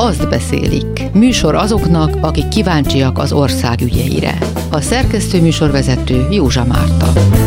azt beszélik. Műsor azoknak, akik kíváncsiak az ország ügyeire. A szerkesztő műsorvezető Józsa Márta.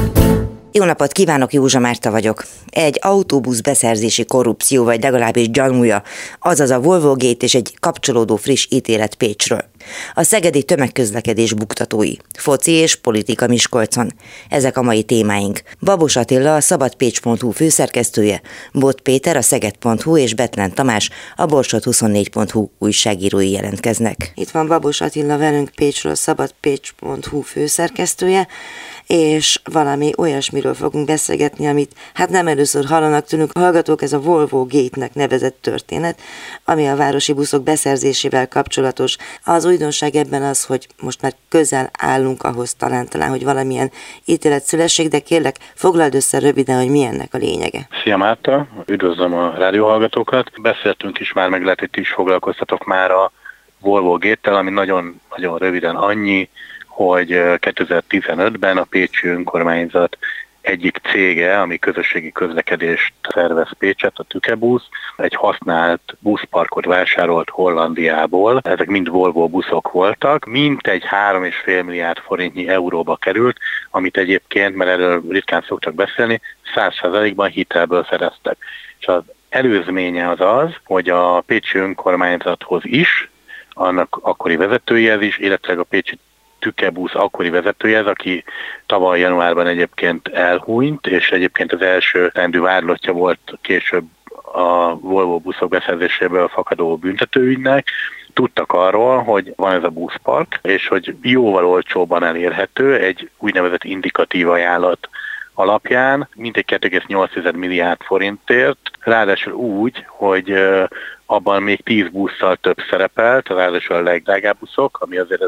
Jó napot kívánok, Józsa Márta vagyok. Egy autóbusz beszerzési korrupció, vagy legalábbis gyanúja, azaz a Volvogate és egy kapcsolódó friss ítélet Pécsről. A szegedi tömegközlekedés buktatói, foci és politika Miskolcon. Ezek a mai témáink. Babos Attila, a szabadpécs.hu főszerkesztője, Bot Péter, a szeged.hu és Bethlen Tamás, a borsod24.hu újságírói jelentkeznek. Itt van Babos Attila velünk, Pécsről, szabadpécs.hu főszerkesztője, és valami olyasmiről fogunk beszélgetni, amit hát nem először hallanak tőlünk hallgatók, ez a Volvogate-nek nevezett történet, ami a városi buszok beszerzésével kapcsolatos. Az újdonság ebben az, hogy most már közel állunk ahhoz talán, hogy valamilyen ítélet szülessék, de kérlek, foglald össze röviden, hogy mi ennek a lényege. Szia Márta, üdvözlöm a rádióhallgatókat. Beszéltünk is már, meg lehet itt is foglalkoztatok már a Volvogate-tel, ami nagyon, nagyon röviden annyi, hogy 2015-ben a pécsi önkormányzat egyik cége, ami közösségi közlekedést szervez Pécset, a Tükebusz, egy használt buszparkot vásárolt Hollandiából. Ezek mind Volvo buszok voltak. Mintegy 3,5 milliárd forintnyi euróba került, amit egyébként, mert erről ritkán szoktak beszélni, 100%-ban hitelből szereztek. És az előzménye az, hogy a pécsi önkormányzathoz is, annak akkori vezetőjehez is, illetve a pécsi Tükebusz akkori vezetője, aki tavaly januárban egyébként elhunyt, és egyébként az első rendű vádlottja volt később a Volvo buszok beszerzéséből fakadó büntetőügynek. Tudtak arról, hogy van ez a buszpark, és hogy jóval olcsóbban elérhető egy úgynevezett indikatív ajánlat alapján, mintegy 2,8 milliárd forintért, ráadásul úgy, hogy abban még 10 busszal több szerepelt, ráadásul a legdrágább buszok, ami azért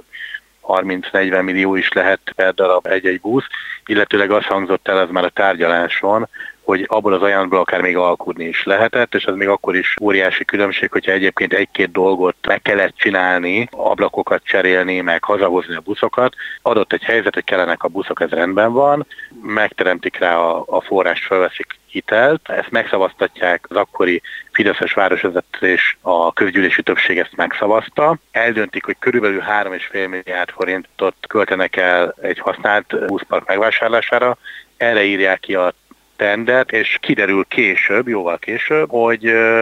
30-40 millió is lehet per darab egy-egy busz, illetőleg az hangzott el, ez már a tárgyaláson, hogy abból az ajánlatból akár még alkudni is lehetett, és ez még akkor is óriási különbség, hogyha egyébként egy-két dolgot meg kellett csinálni, ablakokat cserélni, meg hazahozni a buszokat. Adott egy helyzet, hogy kellenek a buszok, ez rendben van, megteremtik rá a forrást, felveszik hitelt, ezt megszavaztatják, az akkori fideszes városvezetés, a közgyűlési többség ezt megszavazta. Eldöntik, hogy körülbelül 3,5 milliárd forintot költenek el egy használt buszpark megvásárlására, erre írják ki a tendert, és kiderül később, jóval később, hogy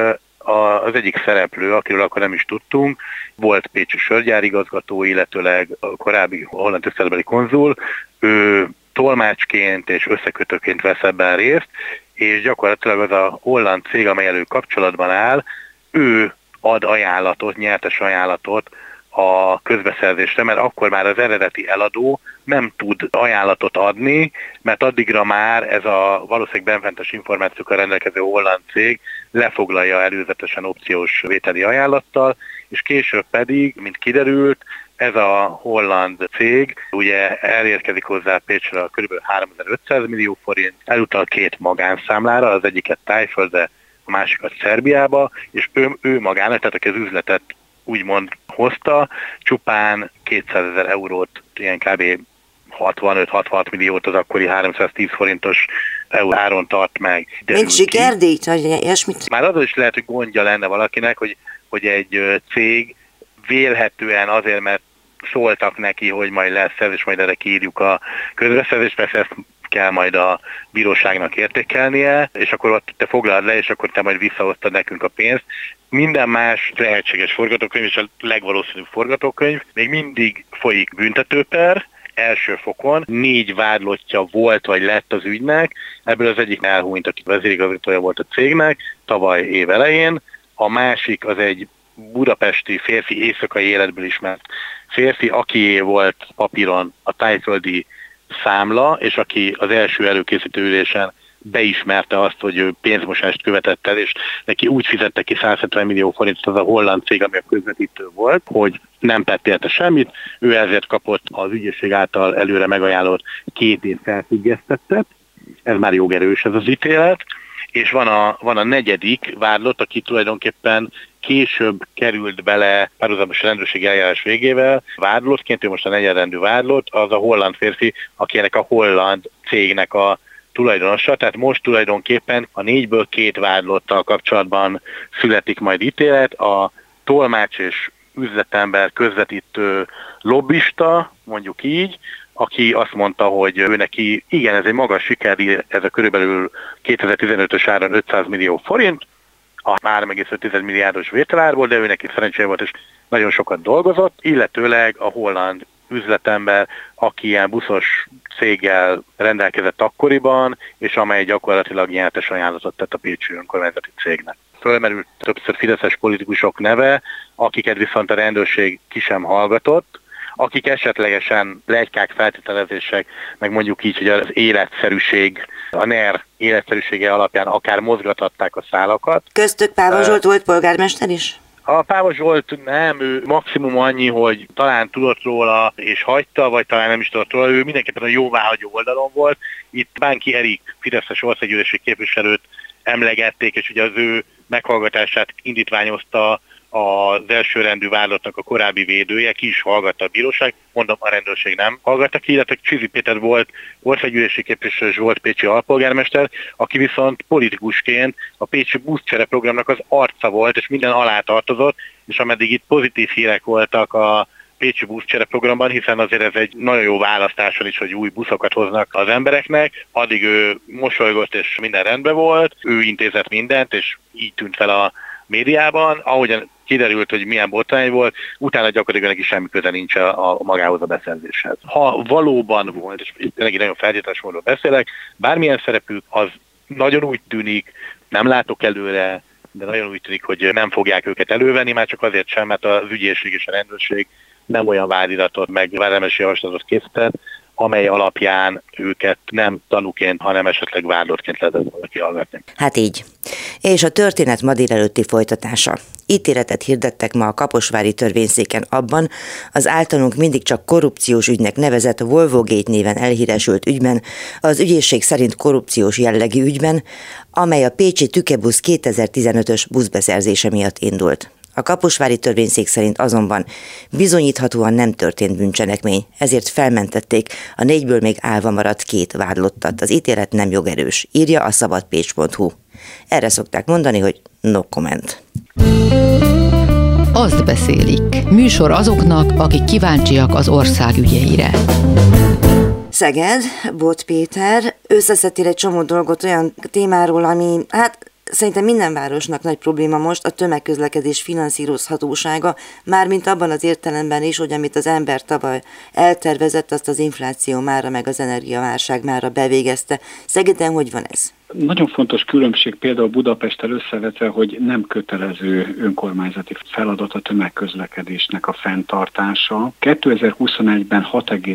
az egyik szereplő, akiről akkor nem is tudtunk, volt pécsi sörgyárigazgató, illetőleg a korábbi holland tiszteletbeli konzul, ő tolmácsként és összekötőként vesz ebben részt, és gyakorlatilag az a holland cég, amely elő kapcsolatban áll, ő ad ajánlatot, nyertes ajánlatot a közbeszerzésre, mert akkor már az eredeti eladó nem tud ajánlatot adni, mert addigra már ez a valószínűleg benfentes információkkal rendelkező holland cég lefoglalja előzetesen opciós vételi ajánlattal, és később pedig, mint kiderült, ez a holland cég ugye elérkezik hozzá Pécsre a kb. 3500 millió forint, elutal 2 magánszámlára, az egyiket Tájföldre, a másikat Szerbiába, és ő magának, tehát aki az üzletet úgymond hozta, csupán 200 000 eurót, ilyen kb. 65-66 milliót az akkori 310 forintos áron tart meg. Mint sikerdíj, vagy ilyesmit? Már az is lehet, hogy gondja lenne valakinek, hogy egy cég vélhetően azért, mert szóltak neki, hogy majd lesz ez, és majd erre kiírjuk a közbeszerzést, persze ezt kell majd a bíróságnak értékelnie, és akkor ott te foglald le, és akkor te majd visszahoztad nekünk a pénzt. Minden más lehetséges forgatókönyv, és a legvalószínűbb forgatókönyv, még mindig folyik büntetőper, első fokon, 4 vádlottja volt vagy lett az ügynek, ebből az egyik elhunyt, aki vezérigazgatója volt a cégnek tavaly év elején, a másik az egy budapesti férfi, éjszakai életből ismert férfi, akié volt papíron a tájföldi számla, és aki az első előkészítő ülésen beismerte azt, hogy ő pénzmosást követett el, és neki úgy fizette ki 170 millió forintot az a holland cég, ami a közvetítő volt, hogy nem tett érte semmit, ő ezért kapott az ügyészség által előre megajánlott 2 év felfüggesztettet, ez már jogerős ez az ítélet, és van a negyedik vádlott, aki tulajdonképpen később került bele párhuzamos rendőrségi eljárás végével vádlottként, ő most a negyedrendű vádlott, az a holland férfi, akinek a holland cégnek a tulajdonosa, tehát most tulajdonképpen a 4-ből 2 vádlottal kapcsolatban születik majd ítélet, a tolmács és üzletember, közvetítő lobbista, mondjuk így, aki azt mondta, hogy ő neki, igen, ez egy magas siker, ez a körülbelül 2015-ös áron 500 millió forint, a 3,5 milliárdos vételárból, de ő neki szerencséje volt, és nagyon sokat dolgozott, illetőleg a holland üzletember, aki ilyen buszos céggel rendelkezett akkoriban, és amely gyakorlatilag nyertes ajánlatot tett a pécsi önkormányzati cégnek. Fölmerült többször fideszes politikusok neve, akiket viszont a rendőrség ki sem hallgatott, akik esetlegesen pletykák, feltételezések, meg mondjuk így, hogy az életszerűség, a NER életszerűsége alapján akár mozgathatták a szálakat. Köztük Páva Zsolt volt polgármester is? A Páva Zsolt nem, ő maximum annyi, hogy talán tudott róla és hagyta, vagy talán nem is tudott róla, ő mindenképpen a jóváhagyó oldalon volt. Itt Bánki Erik, fideszes országgyűlési képviselőt emlegették, és ugye az ő meghallgatását indítványozta az elsőrendű vállalatnak a korábbi védője, ki is hallgatta a bíróság, mondom, a rendőrség nem hallgatta ki, illetve Csizi Péter volt országgyűlési képviselő és volt pécsi alpolgármester, aki viszont politikusként a pécsi buszcsere programnak az arca volt, és minden alá tartozott, és ameddig itt pozitív hírek voltak a pécsi buszcsere programban, hiszen azért ez egy nagyon jó választáson is, hogy új buszokat hoznak az embereknek, addig ő mosolygott és minden rendben volt, ő intézett mindent, és így tűnt fel a médiában, ahogyan kiderült, hogy milyen botrány volt, utána gyakorlatilag neki semmi köze nincs a magához a beszerzéshez. Ha valóban volt, és tényleg nagyon feltételes módon beszélek, bármilyen szerepük, az nagyon úgy tűnik, nem látok előre, de nagyon úgy tűnik, hogy nem fogják őket elővenni, már csak azért sem, mert az ügyészség és a rendőrség nem olyan vádiratot, meg vádemelési javaslatot készített, amely alapján őket nem tanúként, hanem esetleg vádlottként lehetett volna kihallgatni. Hát így. És a történet ma délelőtti folytatása. Ítéletet hirdettek ma a kaposvári törvényszéken abban, az általunk mindig csak korrupciós ügynek nevezett Volvogate néven elhíresült ügyben, az ügyészség szerint korrupciós jellegű ügyben, amely a pécsi Tükebusz 2015-ös buszbeszerzése miatt indult. A kaposvári törvényszék szerint azonban bizonyíthatóan nem történt bűncselekmény, ezért felmentették a 4-ből még állva maradt 2 vádlottat. Az ítélet nem jogerős, írja a szabadpécs.hu. Erre szokták mondani, hogy no comment. Azt beszélik. Műsor azoknak, akik kíváncsiak az ország ügyeire. Szeged, Bot Péter, összeszedtél egy csomó dolgot olyan témáról, ami szerintem minden városnak nagy probléma most a tömegközlekedés finanszírozhatósága, mármint abban az értelemben is, hogy amit az ember tavaly eltervezett, azt az infláció mára, meg az energiaválság mára bevégezte. Szegeden hogy van ez? Nagyon fontos különbség például Budapesttel összevetve, hogy nem kötelező önkormányzati feladat a tömegközlekedésnek a fenntartása. 2021-ben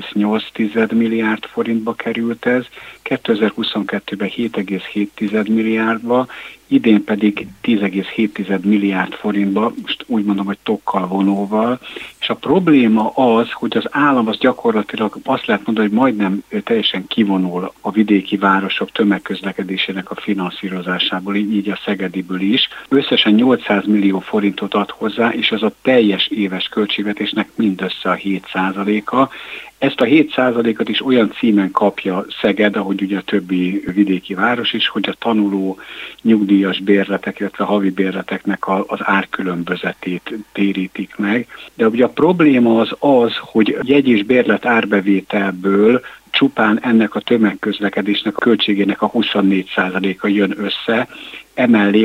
6,8 milliárd forintba került ez, 2022-ben 7,7 milliárdba, idén pedig 10,7 milliárd forintba, most úgy mondom, hogy tokkal vonóval, és a probléma az, hogy az állam az gyakorlatilag azt lehet mondani, hogy majdnem teljesen kivonul a vidéki városok tömegközlekedésének a finanszírozásából, így a szegediből is. Összesen 800 millió forintot ad hozzá, és ez a teljes éves költségvetésnek mindössze a 7%-a. Ezt a 7%-ot is olyan címen kapja Szeged, ahogy ugye a többi vidéki város is, hogy a tanuló nyugdíjas bérletek, illetve havi bérleteknek az árkülönbözetét térítik meg. De ugye a probléma az, hogy jegy és bérlet árbevételből csupán ennek a tömegközlekedésnek a költségének a 24%-a jön össze, emellé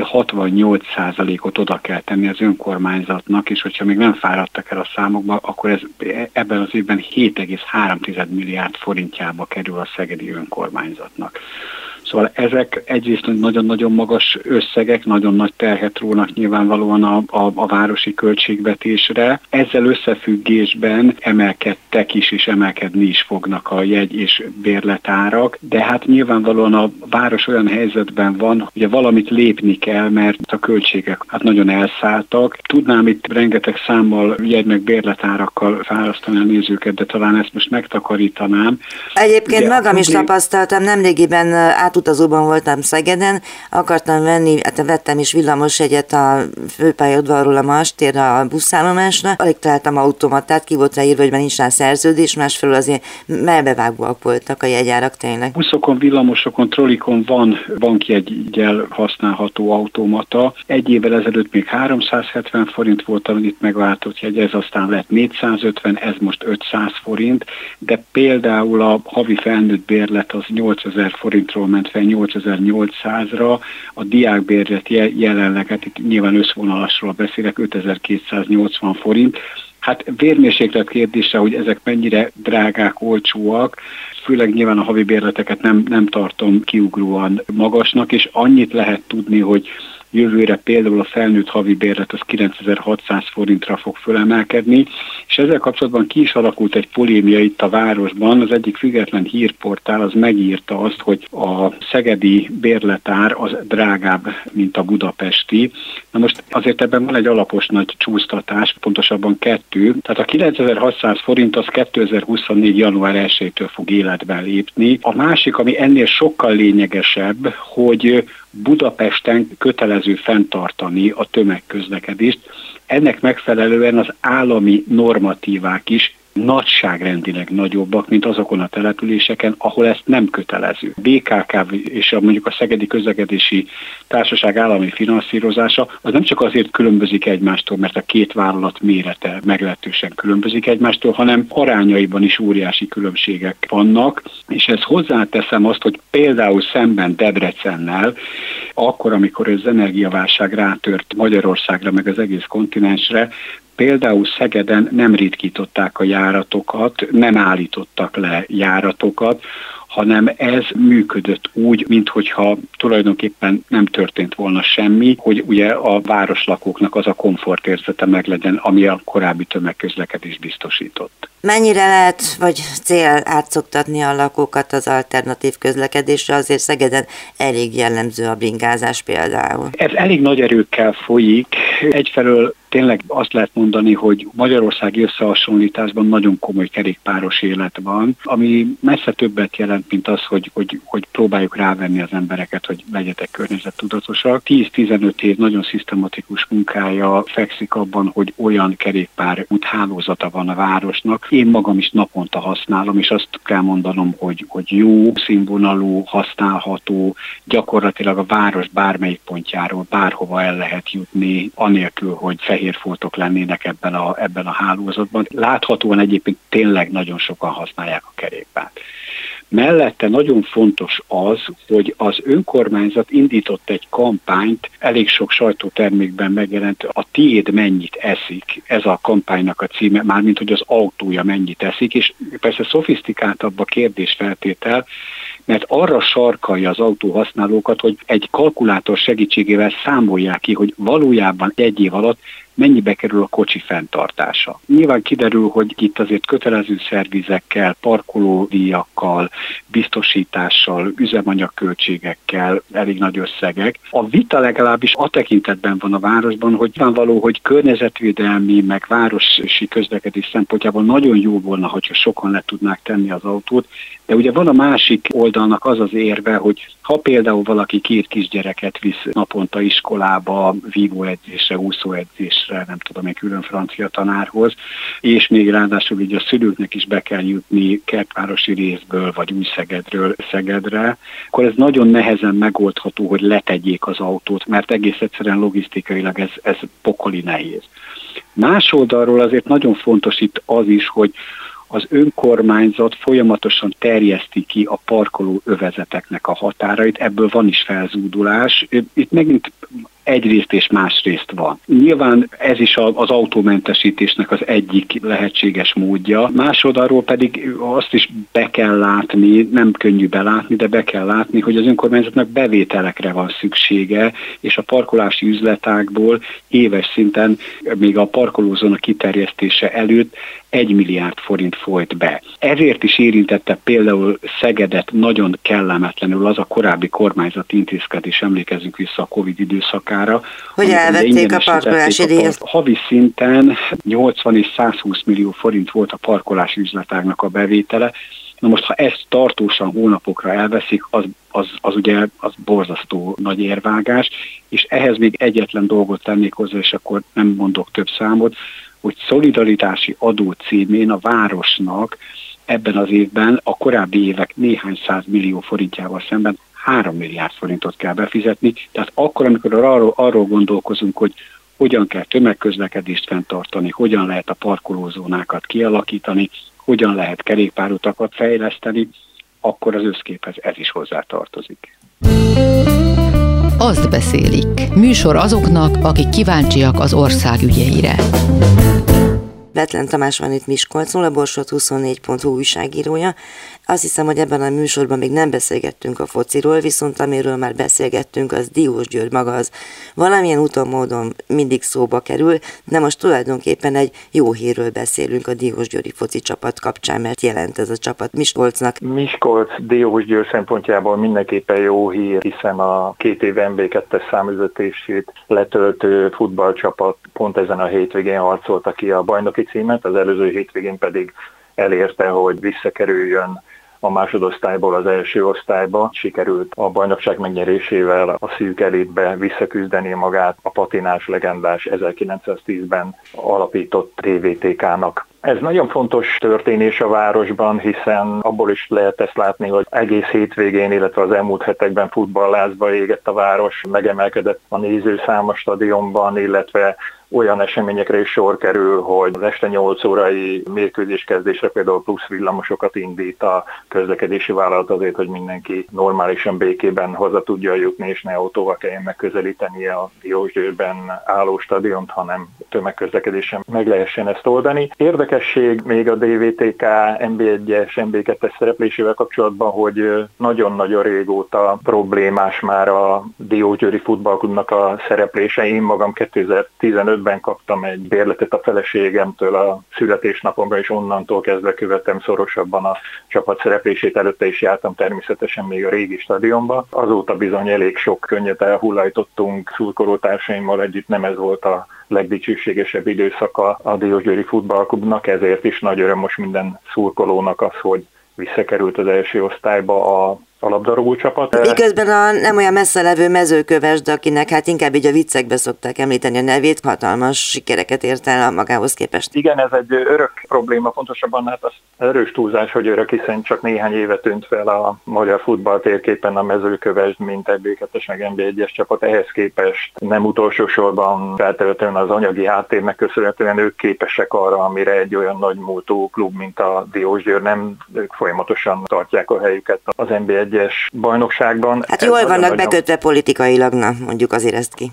68%-ot oda kell tenni az önkormányzatnak, és hogyha még nem fáradtak el a számokba, akkor ez ebben az évben 7,3 milliárd forintjába kerül a szegedi önkormányzatnak. Szóval ezek egyrészt nagyon-nagyon magas összegek, nagyon nagy terhet rónak nyilvánvalóan a városi költségvetésre. Ezzel összefüggésben emelkedtek is és emelkedni is fognak a jegy- és bérletárak, de hát nyilvánvalóan a város olyan helyzetben van, hogy valamit lépni kell, mert a költségek nagyon elszálltak. Tudnám itt rengeteg számmal, jegy- meg bérletárakkal fárasztani a nézőket, de talán ezt most megtakarítanám. Egyébként magam is tapasztaltam, nemrégiben átutazóban voltam Szegeden, akartam venni, vettem is villamosjegyet a főpályaudvarról a Maastérre, a buszállomásra, alig találtam automatát, ki volt rá írva, hogy már nincs rá szerződés, másfelől azért melbevágóak voltak a jegyárak tényleg. Buszokon, villamosokon, trollikon van bankjeggyel használható automata. Egy évvel ezelőtt még 370 forint volt, amit itt megváltott jegy, ez aztán lett 450, ez most 500 forint, de például a havi felnőtt bérlet az 8000 forintról ment fel 8800-ra, a diákbérlet jelenleg, hát itt nyilván összvonalasról beszélek, 5280 forint. Hát vérmérséklet kérdése, hogy ezek mennyire drágák, olcsóak, főleg nyilván a havi bérleteket nem tartom kiugróan magasnak, és annyit lehet tudni, hogy jövőre például a felnőtt havi bérlet az 9600 forintra fog fölemelkedni, és ezzel kapcsolatban ki is alakult egy polémia itt a városban. Az egyik független hírportál az megírta azt, hogy a szegedi bérletár az drágább, mint a budapesti. Na most azért ebben van egy alapos nagy csúsztatás, pontosabban 2. Tehát a 9600 forint az 2024. január 1-től fog életbe lépni. A másik, ami ennél sokkal lényegesebb, hogy Budapesten kötelező fenntartani a tömegközlekedést. Ennek megfelelően az állami normatívák is nagyságrendileg nagyobbak, mint azokon a településeken, ahol ez nem kötelező. BKK és mondjuk a Szegedi Közlekedési Társaság állami finanszírozása az nem csak azért különbözik egymástól, mert a két vállalat mérete meglehetősen különbözik egymástól, hanem arányaiban is óriási különbségek vannak, és ez hozzáteszem azt, hogy például szemben Debrecennel, akkor, amikor az energiaválság rátört Magyarországra, meg az egész kontinensre, például Szegeden nem ritkították a járatokat, nem állítottak le járatokat, hanem ez működött úgy, minthogyha tulajdonképpen nem történt volna semmi, hogy ugye a városlakóknak az a komfortérzete meglegyen, ami a korábbi tömegközlekedés biztosított. Mennyire lehet, vagy cél átszoktatni a lakókat az alternatív közlekedésre? Azért Szegeden elég jellemző a bringázás például. Ez elég nagy erőkkel folyik. Egyfelől tényleg azt lehet mondani, hogy magyarországi összehasonlításban nagyon komoly kerékpáros élet van, ami messze többet jelent, mint az, hogy próbáljuk rávenni az embereket, hogy legyetek környezettudatosak. 10-15 év nagyon szisztematikus munkája fekszik abban, hogy olyan kerékpár úthálózata van a városnak. Én magam is naponta használom, és azt kell mondanom, hogy jó, színvonalú, használható, gyakorlatilag a város bármelyik pontjáról bárhova el lehet jutni, anélkül, hogy fehér foltok lennének ebben a hálózatban. Láthatóan egyébként tényleg nagyon sokan használják a kerékpárt. Mellette nagyon fontos az, hogy az önkormányzat indított egy kampányt, elég sok sajtótermékben megjelent, a tiéd mennyit eszik, ez a kampánynak a címe, mármint hogy az autója mennyit eszik, és persze szofisztikáltabb a kérdésfeltétel, mert arra sarkalja az autóhasználókat, hogy egy kalkulátor segítségével számolják ki, hogy valójában egy év alatt mennyibe kerül a kocsi fenntartása. Nyilván kiderül, hogy itt azért kötelező szervizekkel, parkolódíjakkal, biztosítással, üzemanyagköltségekkel, elég nagy összegek. A vita legalábbis a tekintetben van a városban, hogy nyilvánvaló, hogy környezetvédelmi, meg városi közlekedés szempontjából nagyon jó volna, hogyha sokan le tudnák tenni az autót, de ugye van a másik oldalnak az az érve, hogy ha például valaki 2 kisgyereket visz naponta iskolába, vívóedzésre, úszóedzésre, nem tudom, egy külön francia tanárhoz, és még ráadásul így a szülőknek is be kell jutni Kertvárosi részből, vagy Újszegedről Szegedre, akkor ez nagyon nehezen megoldható, hogy letegyék az autót, mert egész egyszerűen logisztikailag ez pokoli nehéz. Más oldalról azért nagyon fontos itt az is, hogy az önkormányzat folyamatosan terjeszti ki a parkoló övezeteknek a határait, ebből van is felzúdulás. Itt megint egyrészt és másrészt van. Nyilván ez is az autómentesítésnek az egyik lehetséges módja. Másodarról pedig azt is be kell látni, nem könnyű belátni, de be kell látni, hogy az önkormányzatnak bevételekre van szüksége, és a parkolási üzletágból éves szinten, még a parkolózóna kiterjesztése előtt 1 milliárd forint folyt be. Ezért is érintette például Szegedet nagyon kellemetlenül az a korábbi kormányzati intézkedés, emlékezzünk vissza a Covid időszakára. Hogy elvették a parkolási díjat. Havi szinten 80 és 120 millió forint volt a parkolási üzletágnak a bevétele, Na most, ha ezt tartósan hónapokra elveszik, az ugye az borzasztó nagy érvágás, és ehhez még egyetlen dolgot tennék hozzá, és akkor nem mondok több számot, hogy szolidaritási adó címén a városnak ebben az évben a korábbi évek néhány 100 millió forintjával szemben 3 milliárd forintot kell befizetni. Tehát akkor, amikor arról gondolkozunk, hogy hogyan kell tömegközlekedést fenntartani, hogyan lehet a parkolózónákat kialakítani, hogyan lehet kerékpárutakat fejleszteni, akkor az összképhez ez is hozzátartozik. Azt beszélik. Műsor azoknak, akik kíváncsiak az ország ügyeire. Bethlen Tamás van itt Miskolcról, a Borsod24.hu újságírója. Azt hiszem, hogy ebben a műsorban még nem beszélgettünk a fociról, viszont amiről már beszélgettünk, az Diósgyőr maga, az valamilyen úton, módon mindig szóba kerül, de most tulajdonképpen egy jó hírről beszélünk a diósgyőri foci csapat kapcsán, mert jelent ez a csapat Miskolcnak. Miskolc Diósgyőr szempontjából mindenképpen jó hír, hiszen a 2 év MB2-es számüzetését letöltő futballcsapat pont ezen a hétvégén harcolta ki a bajnoki címet, az előző hétvégén pedig elérte, hogy visszakerüljön a másodosztályból az első osztályba. Sikerült a bajnokság megnyerésével a szűk elitbe visszaküzdeni magát a patinás legendás 1910-ben alapított TVTK-nak. Ez nagyon fontos történés a városban, hiszen abból is lehet ezt látni, hogy egész hétvégén, illetve az elmúlt hetekben futballlázba égett a város, megemelkedett a nézőszám a stadionban, illetve olyan eseményekre is sor kerül, hogy az este 8 órai mérkőzéskezdésre például plusz villamosokat indít a közlekedési vállalat azért, hogy mindenki normálisan békében haza tudja jutni, és ne autóval kelljen megközelítenie a Diósgyőrben álló stadiont, hanem tömegközlekedésen meg lehessen ezt oldani. Érdekesség még a DVTK NB1-es, NB2-es szereplésével kapcsolatban, hogy nagyon-nagyon régóta problémás már a Diósgyőri futballklubnak a szereplése. Én magam 2015-ben kaptam egy bérletet a feleségemtől a születésnapomra, és onnantól kezdve követem szorosabban a csapat szereplését. Előtte is jártam természetesen még a régi stadionba. Azóta bizony elég sok könnyet elhullajtottunk szurkolótársaimmal együtt, nem ez volt a legdicsőségesebb időszaka a Diósgyőri futballklubnak, ezért is nagy öröm most minden szurkolónak az, hogy visszakerült az első osztályba a labdarúgó csapat. Miközben a nem olyan messze levő Mezőkövesd, akinek hát inkább így a viccekbe szokták említeni a nevét, hatalmas sikereket ért el a magához képest. Igen, ez egy örök probléma, pontosabban hát az erős túlzás, hogy örök, hiszen csak néhány éve tűnt fel a magyar futball térképen a Mezőkövesd, mint NB2-es meg NB1-es csapat. Ehhez képest nem utolsó sorban feltehetően az anyagi háttérnek köszönhetően ők képesek arra, amire egy olyan nagy múltú klub, mint a Diósgyőr nem, ők folyamatosan tartják a helyüket az NB1-es bajnokságban. Hát jól vannak bekötve politikailag, na, mondjuk azért ezt ki.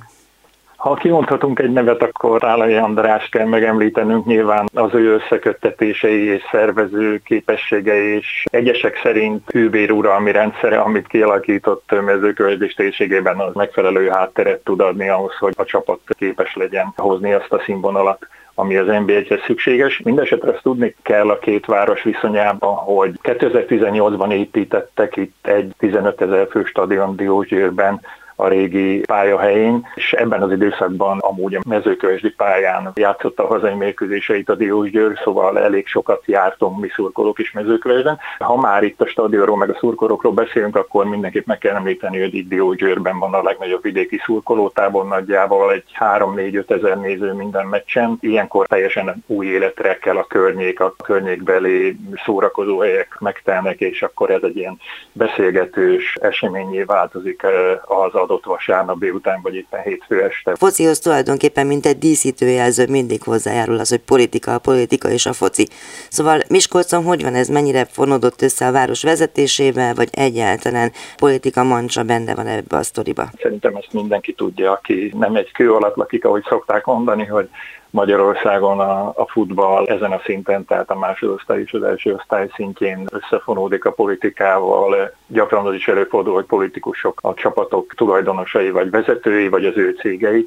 Ha kimondhatunk egy nevet, akkor Rálai Andrást kell megemlítenünk, nyilván az ő összeköttetései és szervező képességei, és egyesek szerint hűbéruralmi rendszere, amit kialakított Mezőkövesd térségében, az megfelelő hátteret tud adni ahhoz, hogy a csapat képes legyen hozni azt a színvonalat, ami az NB1-hez szükséges. Mindenesetre azt tudni kell a két város viszonyában, hogy 2018-ban építettek itt egy 15 000 fő stadion Diósgyőrben, a régi pályahelyén, és ebben az időszakban amúgy a mezőkövesdi pályán játszotta a hazai mérkőzéseit a Diósgyőr, szóval elég sokat jártunk mi szurkolók is Mezőkövesden. Ha már itt a stadionról meg a szurkolókról beszélünk, akkor mindenképp meg kell említeni, hogy itt Diósgyőrben van a legnagyobb vidéki szurkolótábor, nagyjából egy 3-4-5 ezer néző minden meccsen. Ilyenkor teljesen új életre kell a környékbeli szórakozóhelyek megtelnek, és akkor ez egy ilyen beszélgetős eseményé változik az adott vasárnap délután, vagy éppen hétfő este. A focihoz tulajdonképpen mint egy díszítőjelző mindig hozzájárul az, hogy a politika és a foci. Szóval Miskolcon hogy van ez, mennyire fonódott össze a város vezetésével, vagy egyáltalán politika mancsa benne van ebbe a sztoriba? Szerintem ezt mindenki tudja, aki nem egy kő alatt lakik, ahogy szokták mondani, hogy Magyarországon a futball ezen a szinten, tehát a másodosztály és az első osztály szintjén összefonódik a politikával. Gyakran az is előfordul, hogy politikusok a csapatok tulajdonosai vagy vezetői, vagy az ő cégeik,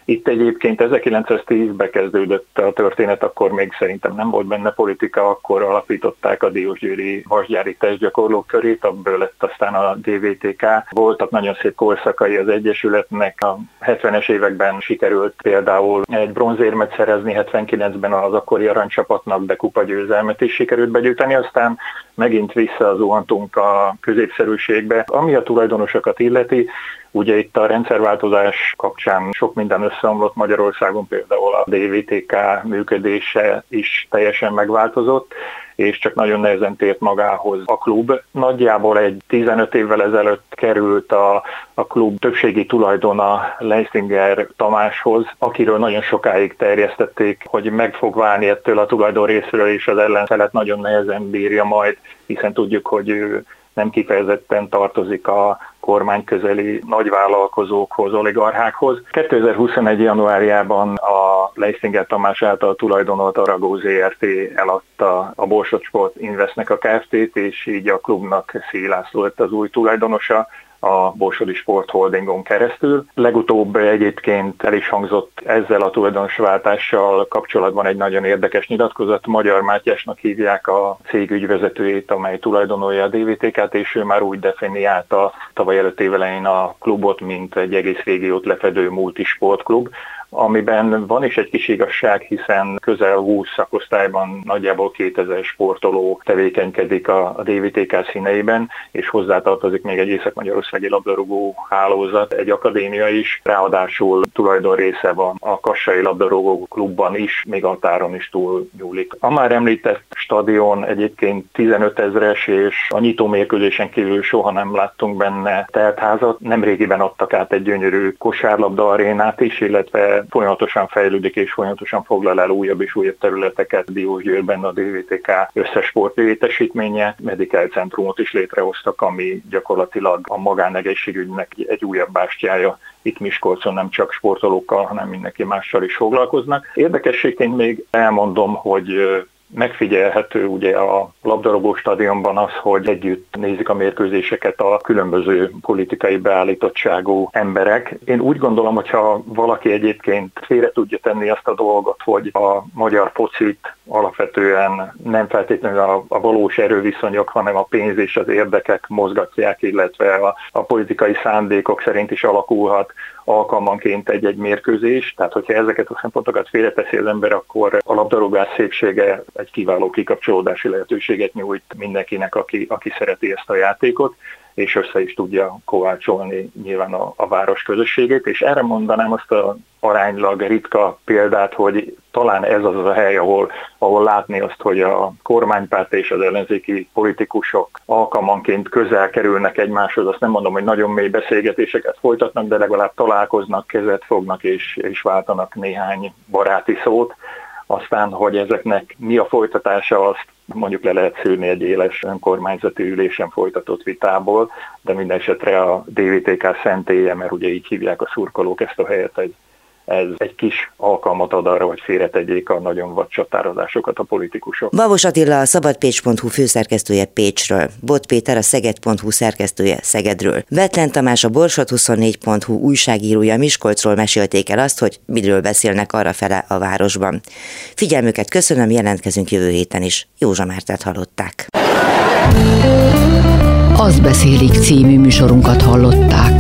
Itt egyébként 1910-ben kezdődött a történet, akkor még szerintem nem volt benne politika, akkor alapították a diósgyőri vasgyári testgyakorlók körét, abból lett aztán a DVTK. Voltak nagyon szép korszakai az Egyesületnek, a 70-es években sikerült például egy bronzérmet szerezni, 79-ben az akkori aranycsapatnak, de kupagyőzelmet is sikerült begyűjteni, aztán megint visszazuhantunk a középszerűségbe. Ami a tulajdonosokat illeti, ugye itt a rendszerváltozás kapcsán sok minden összeomlott Magyarországon, például a DVTK működése is teljesen megváltozott, és csak nagyon nehezen tért magához a klub. Nagyjából egy 15 évvel ezelőtt került a klub többségi tulajdona Leistinger Tamáshoz, akiről nagyon sokáig terjesztették, hogy meg fog válni ettől a tulajdon részről, és az ellenfelet nagyon nehezen bírja majd, hiszen tudjuk, hogy ő nem kifejezetten tartozik a kormányközeli nagyvállalkozókhoz, oligarchákhoz. 2021. januárjában a Leistinger Tamás által tulajdonolt Aragó Zrt. Eladta a Borsod Sport Investnek a Kft-t, és így a klubnak Szély László lett az új tulajdonosa a Borsodi Sport Holdingon keresztül. Legutóbb egyébként el is hangzott ezzel a tulajdonosváltással kapcsolatban egy nagyon érdekes nyilatkozat. Magyar Mátyásnak hívják a cég ügyvezetőjét, amely tulajdonolja a DVTK-t, és ő már úgy definiálta tavaly előtt évelején a klubot, mint egy egész régiót lefedő multisportklub, amiben van is egy kis igazság, hiszen közel 20 szakosztályban nagyjából 2000 sportoló tevékenykedik a DVTK színeiben, és hozzátartozik még egy észak-magyarországi labdarúgó hálózat, egy akadémia is, ráadásul tulajdonrésze van a Kassai labdarúgó klubban is, még a táron is túl nyúlik. A már említett stadion egyébként 15 000-es, és a nyitómérkőzésen kívül soha nem láttunk benne teltházat. Nemrégiben adtak át egy gyönyörű kosárlabda arénát is, illetve folyamatosan fejlődik és folyamatosan foglal el újabb és újabb területeket Diósgyőrben a DVTK összes sportlétesítménye. Medical centrumot is létrehoztak, ami gyakorlatilag a magánegészségügynek egy újabb bástyája. Itt Miskolcon nem csak sportolókkal, hanem mindenki mással is foglalkoznak. Érdekességként még elmondom, hogy megfigyelhető ugye a labdarúgó stadionban az, hogy együtt nézik a mérkőzéseket a különböző politikai beállítottságú emberek. Én úgy gondolom, hogyha valaki egyébként félre tudja tenni azt a dolgot, hogy a magyar focit alapvetően nem feltétlenül a valós erőviszonyok, hanem a pénz és az érdekek mozgatják, illetve a politikai szándékok szerint is alakulhat alkalmanként egy mérkőzés. Tehát, hogyha ezeket a szempontokat félreteszi az ember, akkor a labdarúgás szépsége egy kiváló kikapcsolódási lehetőséget nyújt mindenkinek, aki szereti ezt a játékot, és össze is tudja kovácsolni nyilván a város közösségét, és erre mondanám azt a aránylag ritka példát, hogy talán ez az a hely, ahol látni azt, hogy a kormánypárt és az ellenzéki politikusok alkalmanként közel kerülnek egymáshoz. Azt nem mondom, hogy nagyon mély beszélgetéseket folytatnak, de legalább találkoznak, kezet fognak és váltanak néhány baráti szót. Aztán, hogy ezeknek mi a folytatása, azt mondjuk le lehet szűrni egy éles önkormányzati ülésen folytatott vitából, de minden esetre a DVTK szentélye, mert ugye így hívják a szurkolók ezt a helyet, ez egy kis alkalmat ad arra, hogy félretegyék a nagyon vad csatározásokat a politikusok. Babos Attila, a szabadpécs.hu főszerkesztője Pécsről, Bot Péter, a szeged.hu szerkesztője Szegedről, Bethlen Tamás, a borsod24.hu újságírója Miskolcról mesélték el azt, hogy miről beszélnek arrafele a városban. Figyelmüket köszönöm, jelentkezünk jövő héten is. Józsa Mártát hallották. Azt beszélik című műsorunkat hallották.